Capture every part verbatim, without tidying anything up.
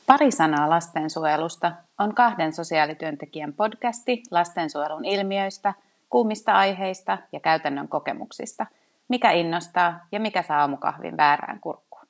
Pari sanaa lastensuojelusta on kahden sosiaalityöntekijän podcasti lastensuojelun ilmiöistä, kuumista aiheista ja käytännön kokemuksista. Mikä innostaa ja mikä saa aamukahvin väärään kurkkuun.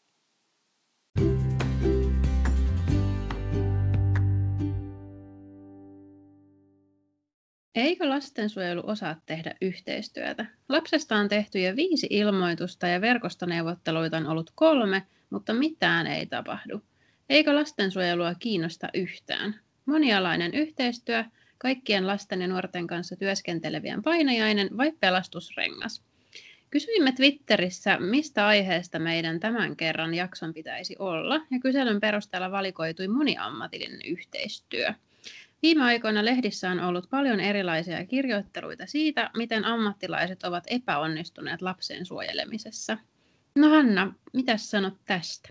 Eikö lastensuojelu osaa tehdä yhteistyötä? Lapsesta on tehty jo viisi ilmoitusta ja verkostoneuvotteluita on ollut kolme, mutta mitään ei tapahdu. Eikö lastensuojelua kiinnosta yhtään? Monialainen yhteistyö, kaikkien lasten ja nuorten kanssa työskentelevien painajainen vai pelastusrengas? Kysyimme Twitterissä, mistä aiheesta meidän tämän kerran jakson pitäisi olla, ja kyselyn perusteella valikoitui moniammatillinen yhteistyö. Viime aikoina lehdissä on ollut paljon erilaisia kirjoitteluita siitä, miten ammattilaiset ovat epäonnistuneet lapsen suojelemisessa. No Hanna, mitä sanot tästä?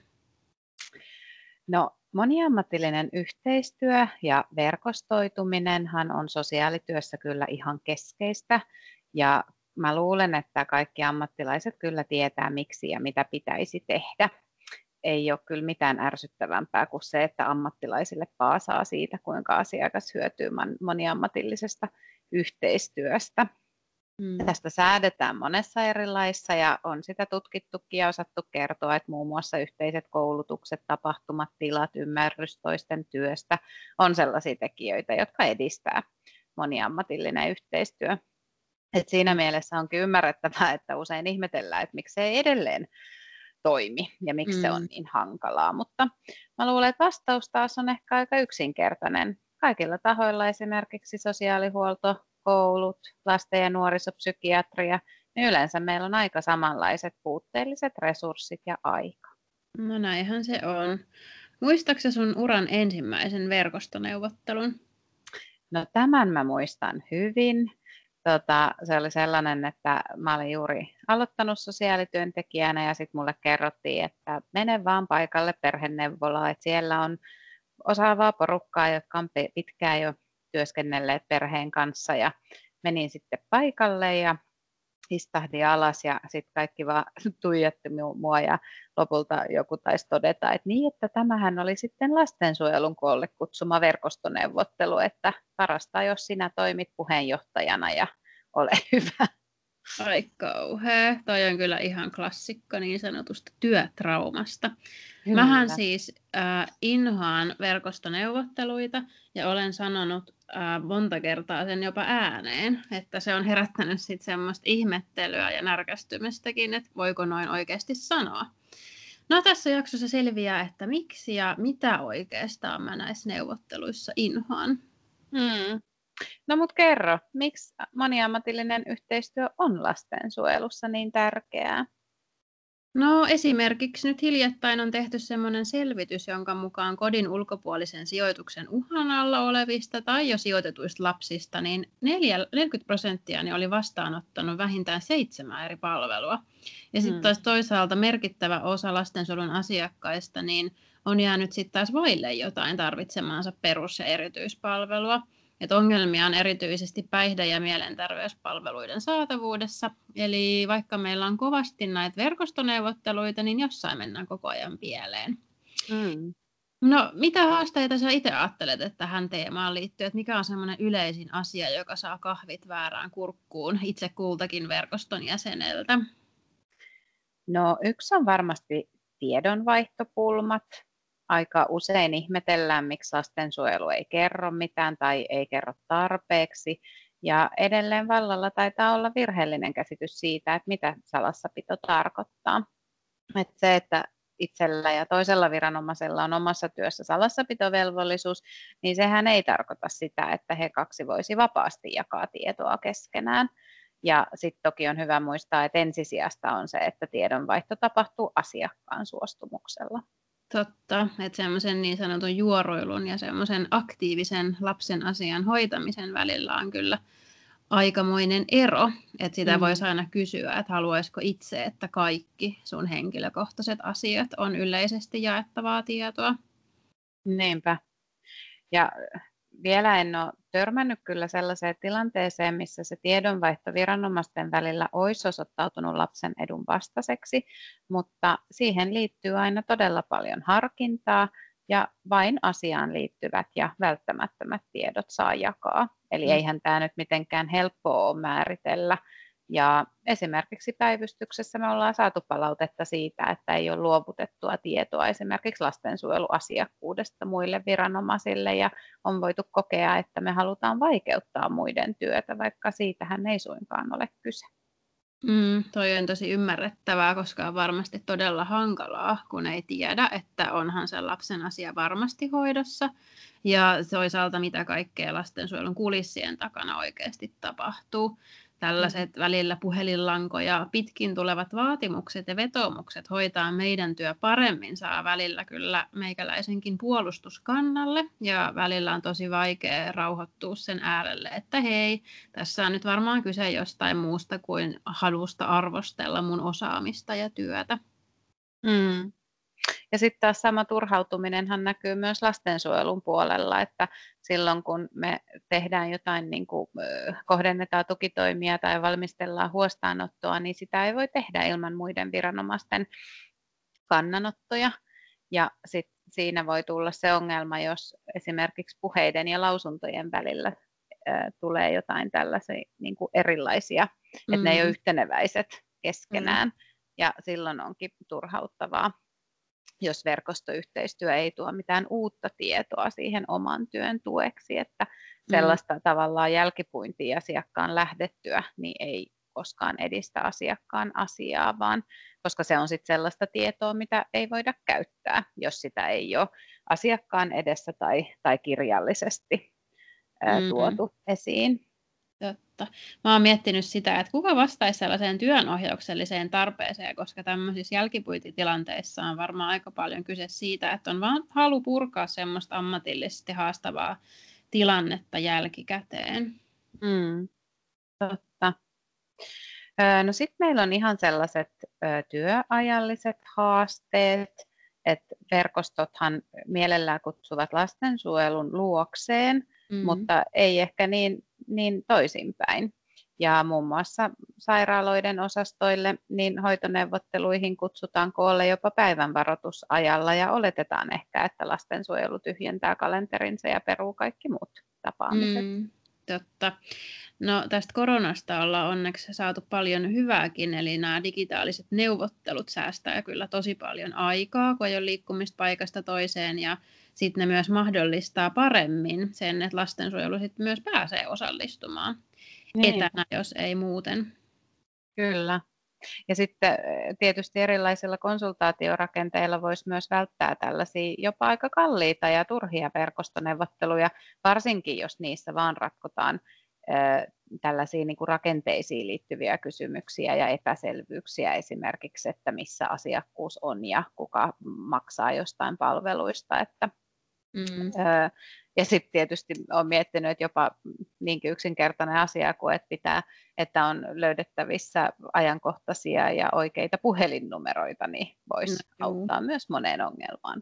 No, moniammatillinen yhteistyö ja verkostoituminenhan on sosiaalityössä kyllä ihan keskeistä. Ja mä luulen, että kaikki ammattilaiset kyllä tietää, miksi ja mitä pitäisi tehdä. Ei ole kyllä mitään ärsyttävämpää kuin se, että ammattilaisille paasaa siitä, kuinka asiakas hyötyy moniammatillisesta yhteistyöstä. Mm. Tästä säädetään monessa eri laissa ja on sitä tutkittukin ja osattu kertoa, että muun muassa yhteiset koulutukset, tapahtumat, tilat, ymmärrys toisten työstä on sellaisia tekijöitä, jotka edistää moniammatillinen yhteistyö. Et siinä mielessä onkin ymmärrettävää, että usein ihmetellään, että miksi se ei edelleen toimi ja miksi mm. se on niin hankalaa, mutta mä luulen, että vastaus taas on ehkä aika yksinkertainen. Kaikilla tahoilla, esimerkiksi sosiaalihuolto, koulut, lasten- ja nuorisopsykiatria, niin yleensä meillä on aika samanlaiset puutteelliset resurssit ja aika. No näinhän se on. Muistatko sun uran ensimmäisen verkostoneuvottelun? No tämän mä muistan hyvin. Tota, se oli sellainen, että mä olin juuri aloittanut sosiaalityöntekijänä ja sitten mulle kerrottiin, että mene vaan paikalle perheneuvolaan, että siellä on osaavaa porukkaa, jotka on pitkään jo työskennelleet perheen kanssa ja menin sitten paikalle ja istahdin alas ja sitten kaikki vaan tuijotti mua ja lopulta joku taisi todeta, että niin, että tämähän oli sitten lastensuojelun koolle kutsuma verkostoneuvottelu, että parasta jos sinä toimit puheenjohtajana ja ole hyvä. Ai kauhea, toi on kyllä ihan klassikko niin sanotusta työtraumasta. Kyllä. Mähän siis äh, inhoan verkostoneuvotteluita ja olen sanonut äh, monta kertaa sen jopa ääneen, että se on herättänyt sitten semmoista ihmettelyä ja närkästymistäkin, että voiko noin oikeasti sanoa. No tässä jaksossa selviää, että miksi ja mitä oikeastaan mä näissä neuvotteluissa inhoan. Hmm. No mut kerro, miksi moniammatillinen yhteistyö on lastensuojelussa niin tärkeää? No esimerkiksi nyt hiljattain on tehty semmoinen selvitys, jonka mukaan kodin ulkopuolisen sijoituksen uhan alla olevista tai jo sijoitetuista lapsista, niin neljäkymmentä prosenttia niin oli vastaanottanut vähintään seitsemän eri palvelua. Ja sitten taas toisaalta merkittävä osa lastensuojelun asiakkaista niin on jäänyt sitten taas vaille jotain tarvitsemaansa perus- ja erityispalvelua. Että ongelmia on erityisesti päihde- ja mielenterveyspalveluiden saatavuudessa. Eli vaikka meillä on kovasti näitä verkostoneuvotteluita, niin jossain mennään koko ajan pieleen. Mm. No, mitä haasteita sä itse ajattelet, että tähän teemaan liittyy? Että mikä on semmoinen yleisin asia, joka saa kahvit väärään kurkkuun itse kultakin verkoston jäseneltä? No, yksi on varmasti tiedonvaihtopulmat. Aika usein ihmetellään, miksi lastensuojelu ei kerro mitään tai ei kerro tarpeeksi. Ja edelleen vallalla taitaa olla virheellinen käsitys siitä, että mitä salassapito tarkoittaa. Että se, että itsellä ja toisella viranomaisella on omassa työssä salassapitovelvollisuus, niin sehän ei tarkoita sitä, että he kaksi voisi vapaasti jakaa tietoa keskenään. Ja sitten toki on hyvä muistaa, että ensisijasta on se, että tiedonvaihto tapahtuu asiakkaan suostumuksella. Totta, että semmoisen niin sanotun juoroilun ja semmoisen aktiivisen lapsen asian hoitamisen välillä on kyllä aikamoinen ero. Että sitä mm. voisi aina kysyä, että haluaisiko itse, että kaikki sun henkilökohtaiset asiat on yleisesti jaettavaa tietoa. Niinpä. Ja vielä en ole törmännyt kyllä sellaiseen tilanteeseen, missä se tiedonvaihto viranomaisten välillä olisi osoittautunut lapsen edun vastaiseksi, mutta siihen liittyy aina todella paljon harkintaa ja vain asiaan liittyvät ja välttämättömät tiedot saa jakaa. Eli Mm. eihän tämä nyt mitenkään helppoa ole määritellä. Ja esimerkiksi päivystyksessä me ollaan saatu palautetta siitä, että ei ole luovutettua tietoa esimerkiksi lastensuojeluasiakkuudesta muille viranomaisille ja on voitu kokea, että me halutaan vaikeuttaa muiden työtä, vaikka siitähän ei suinkaan ole kyse. Mm, toi on tosi ymmärrettävää, koska on varmasti todella hankalaa, kun ei tiedä, että onhan se lapsen asia varmasti hoidossa. Ja toisaalta mitä kaikkea lastensuojelun kulissien takana oikeasti tapahtuu. Tällaiset välillä puhelinlankoja pitkin tulevat vaatimukset ja vetoomukset hoitaa meidän työ paremmin saa välillä kyllä meikäläisenkin puolustuskannalle. Ja välillä on tosi vaikea rauhoittua sen äärelle, että hei, tässä on nyt varmaan kyse jostain muusta kuin halusta arvostella mun osaamista ja työtä. Mm. Ja sitten taas sama turhautuminenhan näkyy myös lastensuojelun puolella, että silloin kun me tehdään jotain, niin kuin, kohdennetaan tukitoimia tai valmistellaan huostaanottoa, niin sitä ei voi tehdä ilman muiden viranomaisten kannanottoja. Ja sit siinä voi tulla se ongelma, jos esimerkiksi puheiden ja lausuntojen välillä ää, tulee jotain tällaisia niin kuin erilaisia, mm. että ne ei ole yhteneväiset keskenään. Mm. Ja silloin onkin turhauttavaa, jos verkostoyhteistyö ei tuo mitään uutta tietoa siihen oman työn tueksi, että sellaista mm. tavallaan jälkipuintia asiakkaan lähdettyä, niin ei koskaan edistä asiakkaan asiaa, vaan koska se on sitten sellaista tietoa, mitä ei voida käyttää, jos sitä ei ole asiakkaan edessä tai, tai kirjallisesti ää, Mm-hmm. tuotu esiin. Totta. Mä oon miettinyt sitä, että kuka vastaisi sellaiseen työnohjaukselliseen tarpeeseen, koska tämmöisissä jälkipuintitilanteissa on varmaan aika paljon kyse siitä, että on vaan halu purkaa semmoista ammatillisesti haastavaa tilannetta jälkikäteen. Mm, totta. No sitten meillä on ihan sellaiset ö, työajalliset haasteet, että verkostothan mielellään kutsuvat lastensuojelun luokseen, mm. mutta ei ehkä niin, niin toisinpäin. Ja muun muassa sairaaloiden osastoille niin hoitoneuvotteluihin kutsutaan koolle jopa päivänvaroitusajalla ja oletetaan ehkä, että lastensuojelu tyhjentää kalenterinsa ja peruu kaikki muut tapaamiset. Mm, totta. No tästä koronasta ollaan onneksi saatu paljon hyvääkin, eli nämä digitaaliset neuvottelut säästää kyllä tosi paljon aikaa, kun ei ole liikkumista paikasta toiseen, ja sitten ne myös mahdollistaa paremmin sen, että lastensuojelu sitten myös pääsee osallistumaan niin etänä, jos ei muuten. Kyllä. Ja sitten tietysti erilaisilla konsultaatiorakenteilla voisi myös välttää tällaisia jopa aika kalliita ja turhia verkostoneuvotteluja, varsinkin jos niissä vaan ratkotaan tällaisia niin kuin rakenteisiin liittyviä kysymyksiä ja epäselvyyksiä esimerkiksi, että missä asiakkuus on ja kuka maksaa jostain palveluista. Että, mm. Ja sitten tietysti olen miettinyt, että jopa niinkin yksinkertainen asia kuin, että, pitää, että on löydettävissä ajankohtaisia ja oikeita puhelinnumeroita, niin voisi no, auttaa myös moneen ongelmaan.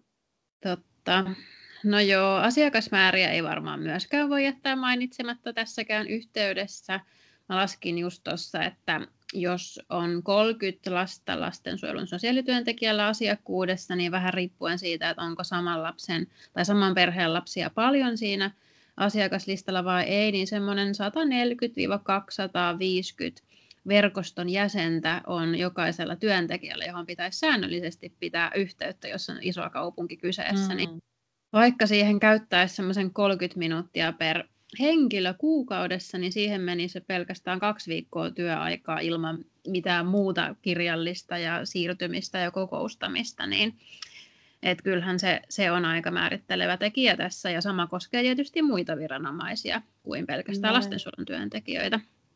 Totta. No joo, asiakasmääriä ei varmaan myöskään voi jättää mainitsematta tässäkään yhteydessä. Mä laskin just tuossa, että jos on kolmekymmentä lasta lastensuojelun sosiaalityöntekijällä asiakkuudessa, niin vähän riippuen siitä, että onko saman lapsen tai saman perheen lapsia paljon siinä asiakaslistalla vai ei, niin semmoinen sata neljäkymmentä kaksisataaviisikymmentä verkoston jäsentä on jokaisella työntekijällä, johon pitäisi säännöllisesti pitää yhteyttä, jos on iso kaupunki kyseessä, mm. niin vaikka siihen käyttäisi semmoisen kolmekymmentä minuuttia per henkilö kuukaudessa, niin siihen meni se pelkästään kaksi viikkoa työaikaa ilman mitään muuta kirjallista ja siirtymistä ja kokoustamista, niin et kyllähän se, se on aika määrittelevä tekijä tässä, ja sama koskee tietysti muita viranomaisia kuin pelkästään no. lastensuojelun työntekijöitä.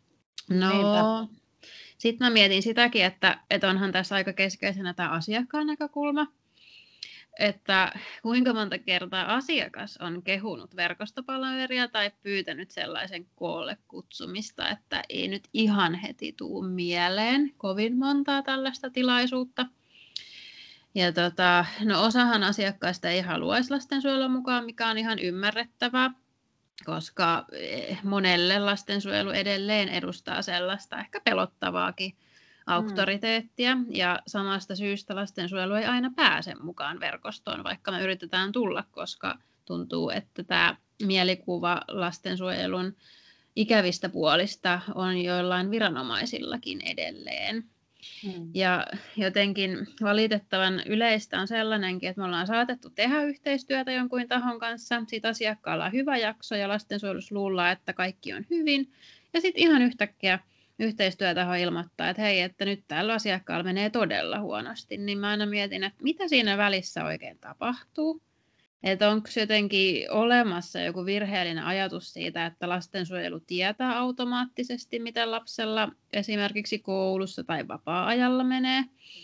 No, sitten mä mietin sitäkin, että, että onhan tässä aika keskeisenä tämä asiakkaan näkökulma, että kuinka monta kertaa asiakas on kehunut verkostopalveluja tai pyytänyt sellaisen koolle kutsumista, että ei nyt ihan heti tuu mieleen kovin montaa tällaista tilaisuutta. Ja tota, no osahan asiakkaista ei haluaisi lastensuojelun mukaan, mikä on ihan ymmärrettävää, koska monelle lastensuojelu edelleen edustaa sellaista ehkä pelottavaakin auktoriteettia, ja samasta syystä lastensuojelu ei aina pääse mukaan verkostoon, vaikka me yritetään tulla, koska tuntuu, että tämä mielikuva lastensuojelun ikävistä puolista on joillain viranomaisillakin edelleen. Mm. Ja jotenkin valitettavan yleistä on sellainenkin, että me ollaan saatettu tehdä yhteistyötä jonkun tahon kanssa, sitten asiakkaalla on hyvä jakso ja lastensuojelussa luullaan, että kaikki on hyvin, ja sitten ihan yhtäkkiä yhteistyötaho ilmoittaa, että hei, että nyt tällä asiakkaalla menee todella huonosti, niin mä aina mietin, että mitä siinä välissä oikein tapahtuu. Että onko jotenkin olemassa joku virheellinen ajatus siitä, että lastensuojelu tietää automaattisesti, miten lapsella esimerkiksi koulussa tai vapaa-ajalla menee.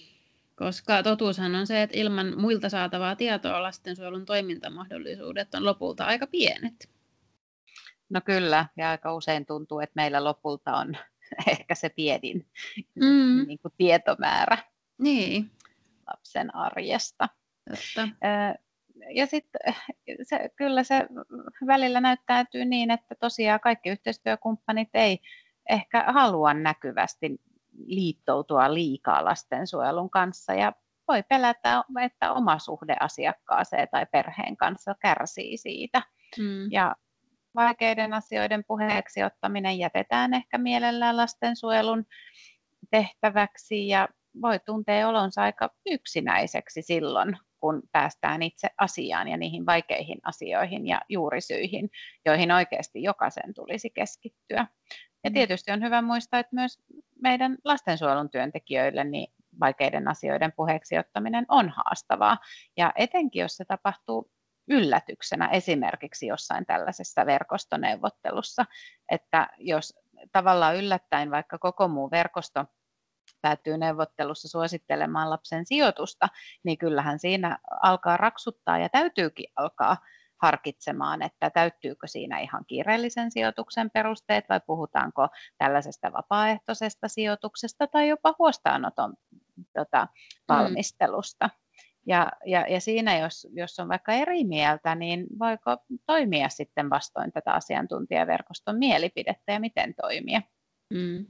Koska totuushan on se, että ilman muilta saatavaa tietoa lastensuojelun toimintamahdollisuudet on lopulta aika pienet. No kyllä, ja aika usein tuntuu, että meillä lopulta on ehkä se pienin Mm. niin kuin tietomäärä Niin, lapsen arjesta. totta. Ja sitten se, kyllä se välillä näyttäytyy niin, että tosiaan kaikki yhteistyökumppanit ei ehkä halua näkyvästi liittoutua liikaa lastensuojelun kanssa ja voi pelätä, että oma suhde asiakkaaseen tai perheen kanssa kärsii siitä. Mm. Ja vaikeiden asioiden puheeksi ottaminen jätetään ehkä mielellään lastensuojelun tehtäväksi ja voi tuntea olonsa aika yksinäiseksi silloin, kun päästään itse asiaan ja niihin vaikeihin asioihin ja juurisyihin, joihin oikeasti jokaisen tulisi keskittyä. Ja tietysti on hyvä muistaa, että myös meidän lastensuojelun työntekijöille niin vaikeiden asioiden puheeksi ottaminen on haastavaa. Ja etenkin, jos se tapahtuu yllätyksenä esimerkiksi jossain tällaisessa verkostoneuvottelussa, että jos tavallaan yllättäen vaikka koko muu verkosto päätyy neuvottelussa suosittelemaan lapsen sijoitusta, niin kyllähän siinä alkaa raksuttaa ja täytyykin alkaa harkitsemaan, että täyttyykö siinä ihan kiireellisen sijoituksen perusteet vai puhutaanko tällaisesta vapaaehtoisesta sijoituksesta tai jopa huostaanoton tota, valmistelusta. Mm. Ja, ja, ja siinä, jos, jos on vaikka eri mieltä, niin voiko toimia sitten vastoin tätä asiantuntijaverkoston mielipidettä ja miten toimia? Mm.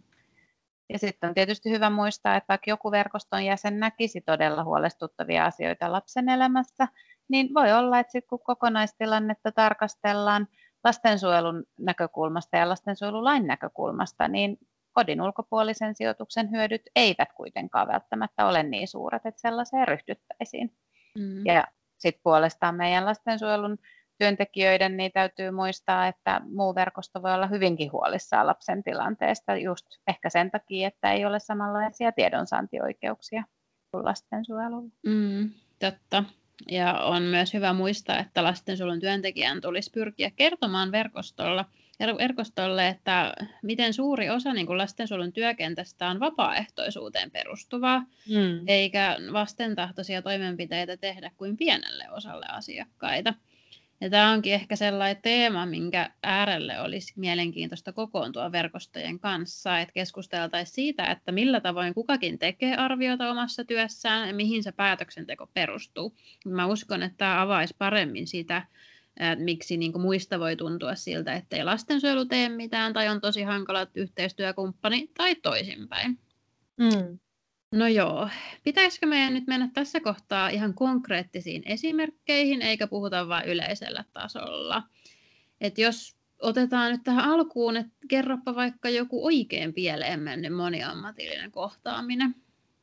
Ja sitten on tietysti hyvä muistaa, että vaikka joku verkoston jäsen näkisi todella huolestuttavia asioita lapsen elämässä, niin voi olla, että sitten kun kokonaistilannetta tarkastellaan lastensuojelun näkökulmasta ja lastensuojelulain näkökulmasta, niin kodin ulkopuolisen sijoituksen hyödyt eivät kuitenkaan välttämättä ole niin suuret, että sellaiseen ryhdyttäisiin. Mm. Ja sitten puolestaan meidän lastensuojelun työntekijöiden niin täytyy muistaa, että muu verkosto voi olla hyvinkin huolissaan lapsen tilanteesta just ehkä sen takia, että ei ole samanlaisia tiedonsaantioikeuksia kuin lastensuojelulla. Mm, totta. Ja on myös hyvä muistaa, että lastensuojelun työntekijän tulisi pyrkiä kertomaan verkostolla, verkostolle, että miten suuri osa niin kuin lastensuojelun työkentästä on vapaaehtoisuuteen perustuvaa, mm. eikä vastentahtoisia toimenpiteitä tehdä kuin pienelle osalle asiakkaita. Ja tämä onkin ehkä sellainen teema, minkä äärelle olisi mielenkiintoista kokoontua verkostojen kanssa, että keskusteltaisiin siitä, että millä tavoin kukakin tekee arviota omassa työssään ja mihin se päätöksenteko perustuu. Mä uskon, että tämä avaisi paremmin sitä, että miksi niin kuin muista voi tuntua siltä, että ei lastensuojelu tee mitään tai on tosi hankala yhteistyökumppani tai toisinpäin. Mm. No joo, pitäisikö meidän nyt mennä tässä kohtaa ihan konkreettisiin esimerkkeihin, eikä puhuta vain yleisellä tasolla? Et jos otetaan nyt tähän alkuun, että kerropa vaikka joku oikein pieleen mennyt moniammatillinen kohtaaminen.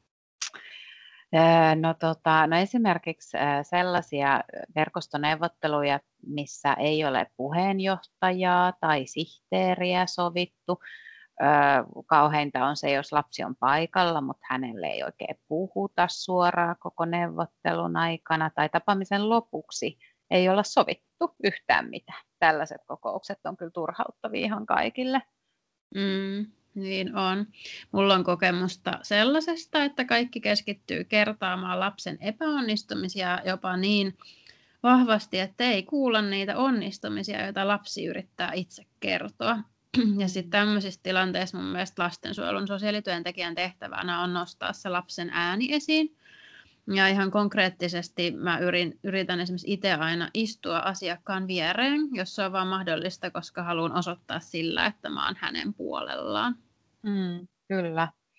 No, tota, no esimerkiksi sellaisia verkostoneuvotteluja, missä ei ole puheenjohtajaa tai sihteeriä sovittu. Kauheinta on se, jos lapsi on paikalla, mutta hänelle ei oikein puhuta suoraan koko neuvottelun aikana tai tapaamisen lopuksi ei olla sovittu yhtään mitään. Tällaiset kokoukset on kyllä turhauttavia ihan kaikille. Mm, niin on. Mulla on kokemusta sellaisesta, että kaikki keskittyy kertaamaan lapsen epäonnistumisia jopa niin vahvasti, että ei kuulla niitä onnistumisia, joita lapsi yrittää itse kertoa. Ja sitten tämmöisissä tilanteissa mun mielestä lastensuojelun sosiaalityöntekijän tehtävänä on nostaa se lapsen ääni esiin. Ja ihan konkreettisesti mä yrin, yritän esimerkiksi itse aina istua asiakkaan viereen, jos se on vaan mahdollista, koska haluan osoittaa sillä, että mä oon hänen puolellaan. Mm, kyllä.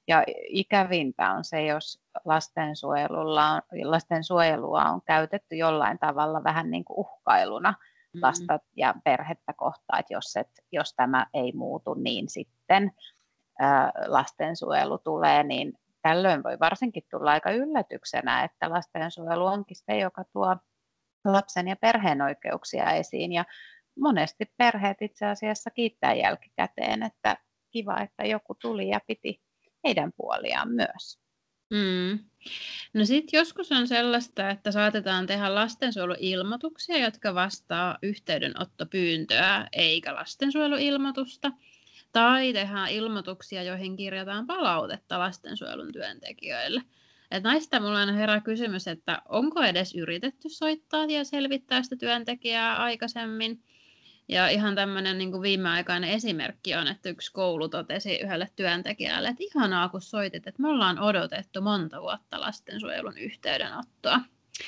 Ja ikävintä on se, jos lastensuojelulla on, lastensuojelua on käytetty jollain tavalla vähän niin kuin uhkailuna lasta mm. ja perhettä kohtaan, että jos, et, jos tämä ei muutu, niin sitten ää, lastensuojelu tulee, niin tällöin voi varsinkin tulla aika yllätyksenä, että lastensuojelu onkin se, joka tuo lapsen ja perheen oikeuksia esiin. Ja monesti perheet itse asiassa kiittää jälkikäteen, että kiva, että joku tuli ja piti heidän puoliaan myös. Mm. No sitten joskus on sellaista, että saatetaan tehdä lastensuojeluilmoituksia, jotka vastaa yhteydenottopyyntöä eikä lastensuojeluilmoitusta. Tai tehdään ilmoituksia, joihin kirjataan palautetta lastensuojelun työntekijöille. Et näistä minulla aina herää kysymys, että onko edes yritetty soittaa ja selvittää sitä työntekijää aikaisemmin. Ja ihan tämmöinen niin kuin viimeaikainen esimerkki on, että yksi koulu totesi yhdelle työntekijälle, että ihanaa kun soitit, että me ollaan odotettu monta vuotta lastensuojelun yhteydenottoa.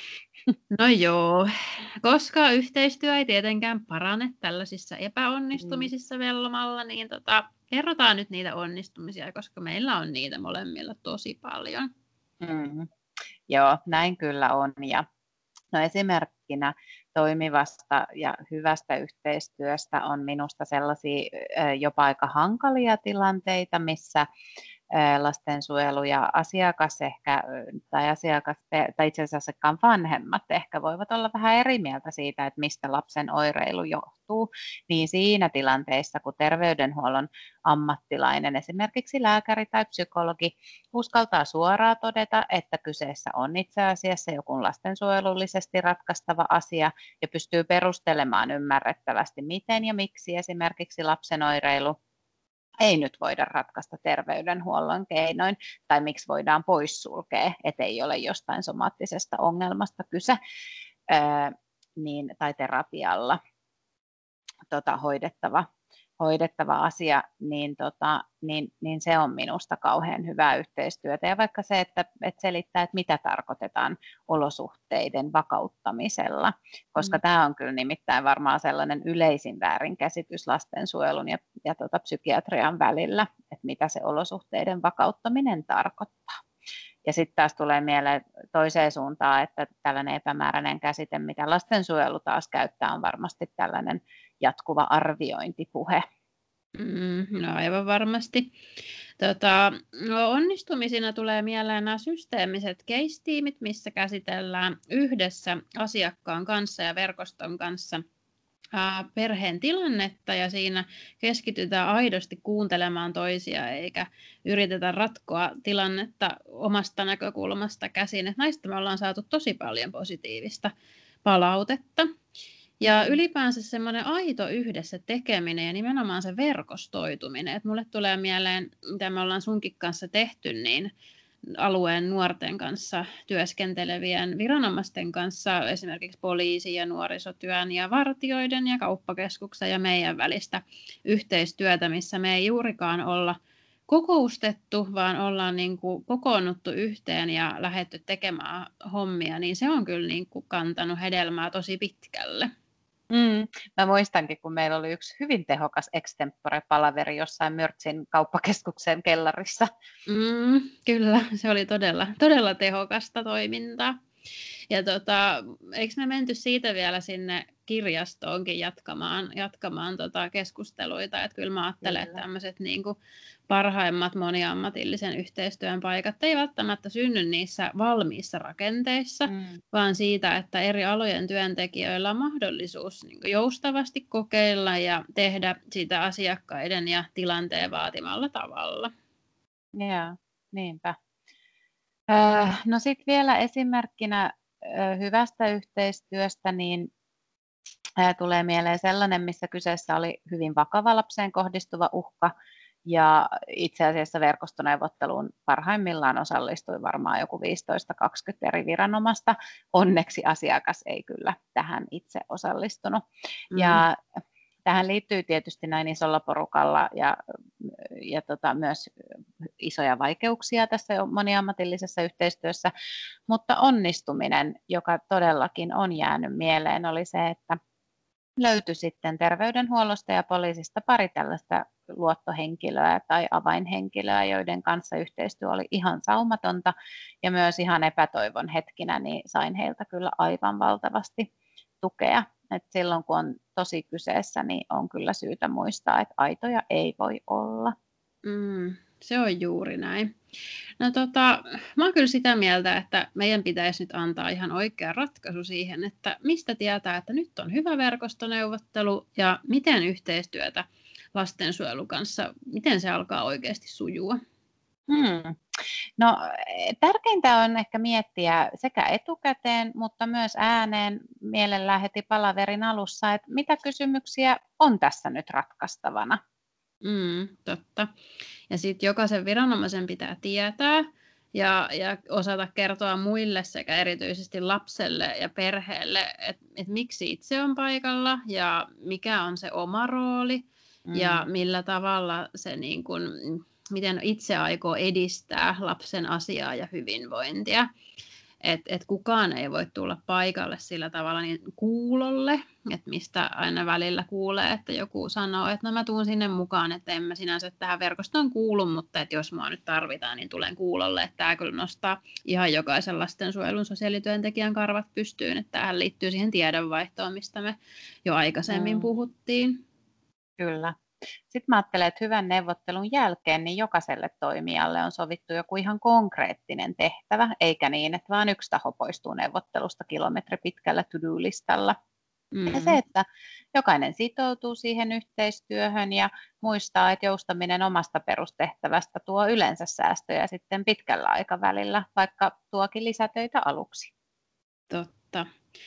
No joo, koska yhteistyö ei tietenkään parane tällaisissa epäonnistumisissa velmalla, niin tota, kerrotaan nyt niitä onnistumisia, koska meillä on niitä molemmilla tosi paljon. Mm. Joo, näin kyllä on. Ja no esimerkkinä toimivasta ja hyvästä yhteistyöstä on minusta sellaisia jopa aika hankalia tilanteita, missä lastensuojelu ja asiakas ehkä, tai asiakas, tai itse asiassa vanhemmat ehkä voivat olla vähän eri mieltä siitä, että mistä lapsen oireilu johtuu, niin siinä tilanteessa, kun terveydenhuollon ammattilainen, esimerkiksi lääkäri tai psykologi, uskaltaa suoraan todeta, että kyseessä on itse asiassa joku lastensuojelullisesti ratkaistava asia ja pystyy perustelemaan ymmärrettävästi, miten ja miksi esimerkiksi lapsen oireilu ei nyt voida ratkaista terveydenhuollon keinoin, tai miksi voidaan poissulkea, ettei ole jostain somaattisesta ongelmasta kyse, ää, niin, tai terapialla tota, hoidettava, hoidettava asia, niin, tota, niin, niin se on minusta kauhean hyvää yhteistyötä. Ja vaikka se, että, että selittää, että mitä tarkoitetaan olosuhteiden vakauttamisella, koska mm. tämä on kyllä nimittäin varmaan sellainen yleisin väärinkäsitys lastensuojelun ja, ja tota, psykiatrian välillä, että mitä se olosuhteiden vakauttaminen tarkoittaa. Ja sitten taas tulee mieleen toiseen suuntaan, että tällainen epämääräinen käsite, mitä lastensuojelu taas käyttää, on varmasti tällainen jatkuva arviointipuhe. Mm, no aivan varmasti. Tota, no onnistumisina tulee mieleen nämä systeemiset case-tiimit, missä käsitellään yhdessä asiakkaan kanssa ja verkoston kanssa perheen tilannetta ja siinä keskitytään aidosti kuuntelemaan toisia eikä yritetä ratkoa tilannetta omasta näkökulmasta käsin. Et näistä me ollaan saatu tosi paljon positiivista palautetta. Ja ylipäänsä semmoinen aito yhdessä tekeminen ja nimenomaan se verkostoituminen. Et mulle tulee mieleen, mitä me ollaan sunkin kanssa tehty, niin alueen nuorten kanssa työskentelevien viranomaisten kanssa, esimerkiksi poliisi- ja nuorisotyön ja vartijoiden ja kauppakeskuksen ja meidän välistä yhteistyötä, missä me ei juurikaan olla kokoustettu, vaan ollaan niin kuin kokoonnuttu yhteen ja lähdetty tekemään hommia, niin se on kyllä niin kuin kantanut hedelmää tosi pitkälle. Mm. Mä muistankin, kun meillä oli yksi hyvin tehokas extempore-palaveri jossain Mörtsin kauppakeskuksen kellarissa. Mm, kyllä, se oli todella, todella tehokasta toimintaa. Ja tota, eikö me menty siitä vielä sinne kirjastoonkin jatkamaan, jatkamaan tota keskusteluita, että kyllä mä ajattelen, että tämmöiset niin kuin parhaimmat moniammatillisen yhteistyön paikat ei välttämättä synny niissä valmiissa rakenteissa, mm. vaan siitä, että eri alojen työntekijöillä on mahdollisuus niin kuin joustavasti kokeilla ja tehdä sitä asiakkaiden ja tilanteen vaatimalla tavalla. Joo, niinpä. Äh, no sitten vielä esimerkkinä äh, hyvästä yhteistyöstä, niin äh, tulee mieleen sellainen, missä kyseessä oli hyvin vakava lapseen kohdistuva uhka, ja itse asiassa verkostoneuvotteluun parhaimmillaan osallistui varmaan joku viisitoista kaksikymmentä eri viranomaista. Onneksi asiakas ei kyllä tähän itse osallistunut. Mm. Ja tähän liittyy tietysti näin isolla porukalla ja, ja tota, myös isoja vaikeuksia tässä moniammatillisessa yhteistyössä, mutta onnistuminen, joka todellakin on jäänyt mieleen, oli se, että löytyi sitten terveydenhuollosta ja poliisista pari tällaista luottohenkilöä tai avainhenkilöä, joiden kanssa yhteistyö oli ihan saumatonta ja myös ihan epätoivon hetkinä niin sain heiltä kyllä aivan valtavasti tukea. Et silloin kun on tosi kyseessä, niin on kyllä syytä muistaa, että aitoja ei voi olla. Mm, se on juuri näin. No tota, mä oon kyllä sitä mieltä, että meidän pitäisi nyt antaa ihan oikea ratkaisu siihen, että mistä tietää, että nyt on hyvä verkostoneuvottelu ja miten yhteistyötä lastensuojelun kanssa, miten se alkaa oikeasti sujua. Hmm. No, tärkeintä on ehkä miettiä sekä etukäteen, mutta myös ääneen mielellään heti palaverin alussa, että mitä kysymyksiä on tässä nyt ratkaistavana. Mm, totta. Ja sitten jokaisen viranomaisen pitää tietää ja, ja osata kertoa muille sekä erityisesti lapselle ja perheelle, että et miksi itse on paikalla ja mikä on se oma rooli mm. ja millä tavalla se niin kun, miten itse aikoo edistää lapsen asiaa ja hyvinvointia. Että et kukaan ei voi tulla paikalle sillä tavalla niin kuulolle, että mistä aina välillä kuulee, että joku sanoo, että no mä tuun sinne mukaan, että en mä sinänsä tähän verkostoon kuulu, mutta että jos mua nyt tarvitaan, niin tulen kuulolle. Että tämä kyllä nostaa ihan jokaisen lastensuojelun sosiaalityöntekijän karvat pystyyn, että tämähän liittyy siihen tiedonvaihtoon, mistä me jo aikaisemmin mm. puhuttiin. Kyllä. Sitten mä ajattelen, että hyvän neuvottelun jälkeen niin jokaiselle toimijalle on sovittu joku ihan konkreettinen tehtävä, eikä niin, että vaan yksi taho poistuu neuvottelusta kilometri pitkällä to-do-listalla. Mm. Ja se, että jokainen sitoutuu siihen yhteistyöhön ja muistaa, että joustaminen omasta perustehtävästä tuo yleensä säästöjä sitten pitkällä aikavälillä, vaikka tuokin lisätöitä aluksi. Totta.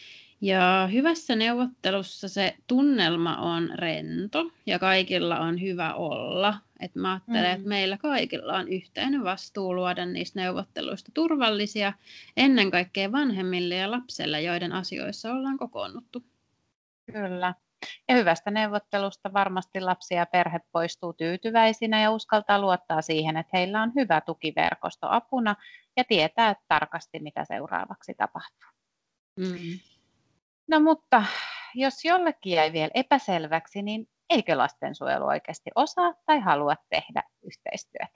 Ja hyvässä neuvottelussa se tunnelma on rento ja kaikilla on hyvä olla. Et mä ajattelen, mm. että meillä kaikilla on yhteinen vastuu luoda niistä neuvotteluista turvallisia ennen kaikkea vanhemmille ja lapsille, joiden asioissa ollaan kokoonnuttu. Kyllä. Ja hyvästä neuvottelusta varmasti lapsi ja perhe poistuu tyytyväisinä ja uskaltaa luottaa siihen, että heillä on hyvä tukiverkosto apuna ja tietää tarkasti, mitä seuraavaksi tapahtuu. Mm. No mutta jos jollekin jäi vielä epäselväksi, niin eikö lastensuojelu oikeasti osaa tai halua tehdä yhteistyötä?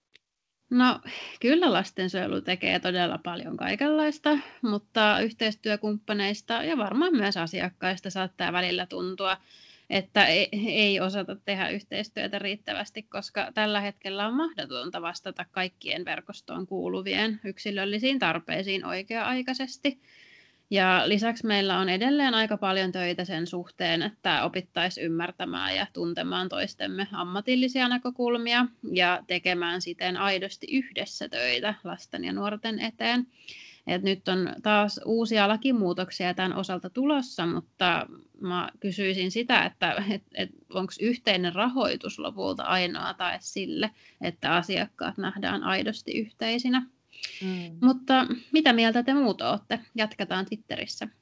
No kyllä lastensuojelu tekee todella paljon kaikenlaista, mutta yhteistyökumppaneista ja varmaan myös asiakkaista saattaa välillä tuntua, että ei, ei osata tehdä yhteistyötä riittävästi, koska tällä hetkellä on mahdotonta vastata kaikkien verkostoon kuuluvien yksilöllisiin tarpeisiin oikea-aikaisesti. Ja lisäksi meillä on edelleen aika paljon töitä sen suhteen, että opittaisiin ymmärtämään ja tuntemaan toistemme ammatillisia näkökulmia ja tekemään siten aidosti yhdessä töitä lasten ja nuorten eteen. Et nyt on taas uusia lakimuutoksia tämän osalta tulossa, mutta mä kysyisin sitä, että et, et onko yhteinen rahoitus lopulta ainoa tae sille, että asiakkaat nähdään aidosti yhteisinä. Mm. Mutta mitä mieltä te muut olette? Jatketaan Twitterissä.